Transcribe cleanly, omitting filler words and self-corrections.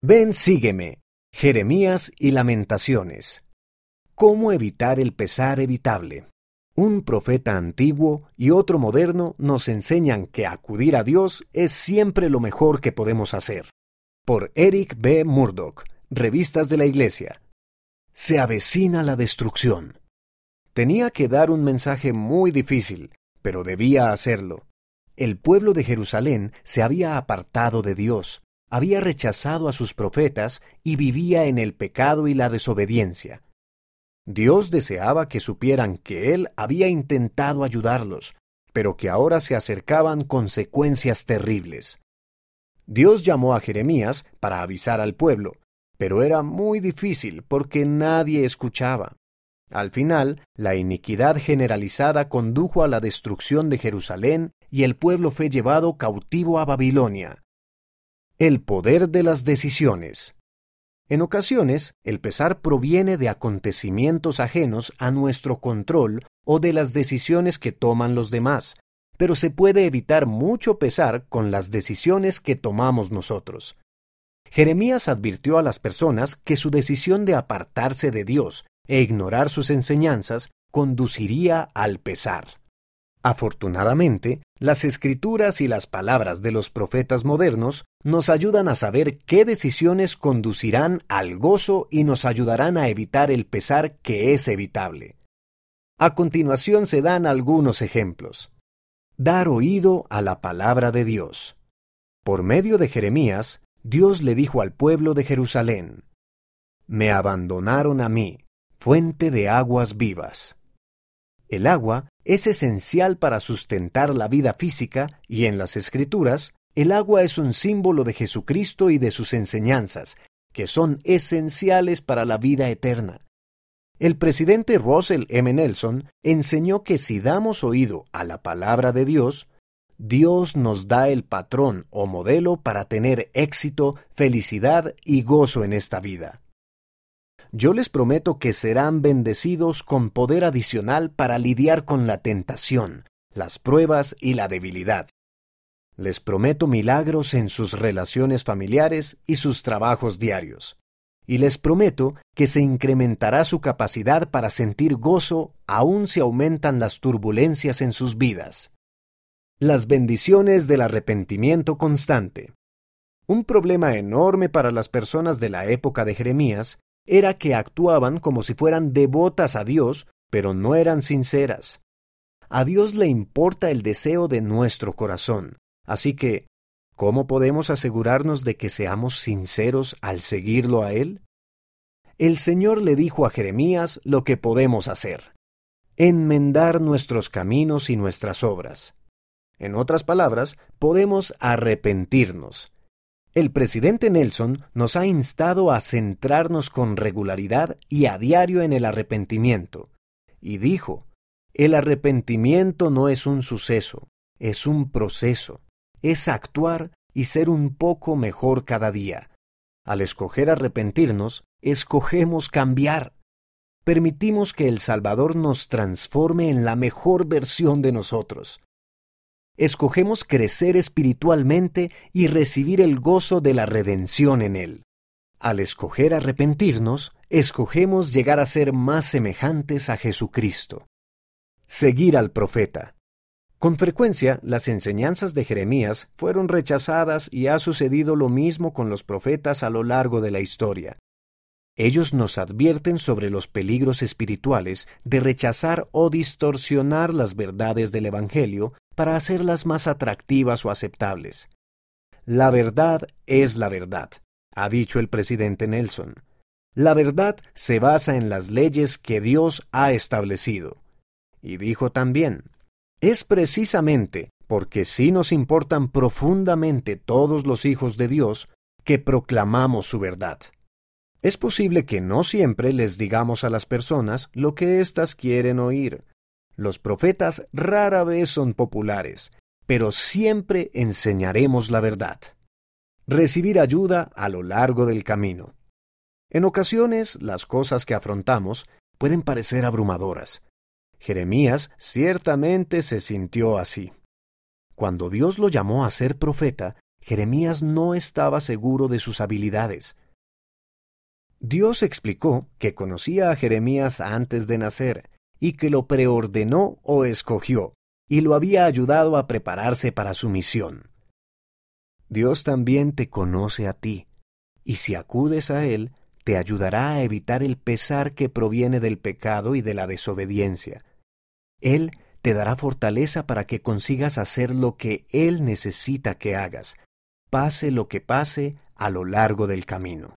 Ven, sígueme. Jeremías y Lamentaciones. ¿Cómo evitar el pesar evitable? Un profeta antiguo y otro moderno nos enseñan que acudir a Dios es siempre lo mejor que podemos hacer. Por Eric B. Murdoch, Revistas de la Iglesia. Se avecina la destrucción. Tenía que dar un mensaje muy difícil, pero debía hacerlo. El pueblo de Jerusalén se había apartado de Dios, había rechazado a sus profetas y vivía en el pecado y la desobediencia. Dios deseaba que supieran que Él había intentado ayudarlos, pero que ahora se acercaban consecuencias terribles. Dios llamó a Jeremías para avisar al pueblo, pero era muy difícil porque nadie escuchaba. Al final, la iniquidad generalizada condujo a la destrucción de Jerusalén y el pueblo fue llevado cautivo a Babilonia. El poder de las decisiones. En ocasiones, el pesar proviene de acontecimientos ajenos a nuestro control o de las decisiones que toman los demás, pero se puede evitar mucho pesar con las decisiones que tomamos nosotros. Jeremías advirtió a las personas que su decisión de apartarse de Dios e ignorar sus enseñanzas conduciría al pesar. Afortunadamente, las escrituras y las palabras de los profetas modernos nos ayudan a saber qué decisiones conducirán al gozo y nos ayudarán a evitar el pesar que es evitable. A continuación se dan algunos ejemplos. Dar oído a la palabra de Dios. Por medio de Jeremías, Dios le dijo al pueblo de Jerusalén: «Me abandonaron a mí, fuente de aguas vivas». El agua es esencial para sustentar la vida física y en las Escrituras, el agua es un símbolo de Jesucristo y de sus enseñanzas, que son esenciales para la vida eterna. El presidente Russell M. Nelson enseñó que si damos oído a la palabra de Dios, Dios nos da el patrón o modelo para tener éxito, felicidad y gozo en esta vida. Yo les prometo que serán bendecidos con poder adicional para lidiar con la tentación, las pruebas y la debilidad. Les prometo milagros en sus relaciones familiares y sus trabajos diarios. Y les prometo que se incrementará su capacidad para sentir gozo aun si aumentan las turbulencias en sus vidas. Las bendiciones del arrepentimiento constante. Un problema enorme para las personas de la época de Jeremías era que actuaban como si fueran devotas a Dios, pero no eran sinceras. A Dios le importa el deseo de nuestro corazón, así que, ¿cómo podemos asegurarnos de que seamos sinceros al seguirlo a Él? El Señor le dijo a Jeremías lo que podemos hacer: enmendar nuestros caminos y nuestras obras. En otras palabras, podemos arrepentirnos. El presidente Nelson nos ha instado a centrarnos con regularidad y a diario en el arrepentimiento. Y dijo: el arrepentimiento no es un suceso, es un proceso. Es actuar y ser un poco mejor cada día. Al escoger arrepentirnos, escogemos cambiar. Permitimos que el Salvador nos transforme en la mejor versión de nosotros. Escogemos crecer espiritualmente y recibir el gozo de la redención en Él. Al escoger arrepentirnos, escogemos llegar a ser más semejantes a Jesucristo. Seguir al profeta. Con frecuencia, las enseñanzas de Jeremías fueron rechazadas y ha sucedido lo mismo con los profetas a lo largo de la historia. Ellos nos advierten sobre los peligros espirituales de rechazar o distorsionar las verdades del Evangelio para hacerlas más atractivas o aceptables. La verdad es la verdad, ha dicho el presidente Nelson. La verdad se basa en las leyes que Dios ha establecido. Y dijo también: es precisamente porque sí nos importan profundamente todos los hijos de Dios que proclamamos su verdad. Es posible que no siempre les digamos a las personas lo que éstas quieren oír. Los profetas rara vez son populares, pero siempre enseñaremos la verdad. Recibir ayuda a lo largo del camino. En ocasiones, las cosas que afrontamos pueden parecer abrumadoras. Jeremías ciertamente se sintió así. Cuando Dios lo llamó a ser profeta, Jeremías no estaba seguro de sus habilidades. Dios explicó que conocía a Jeremías antes de nacer y que lo preordenó o escogió, y lo había ayudado a prepararse para su misión. Dios también te conoce a ti, y si acudes a Él, te ayudará a evitar el pesar que proviene del pecado y de la desobediencia. Él te dará fortaleza para que consigas hacer lo que Él necesita que hagas, pase lo que pase a lo largo del camino.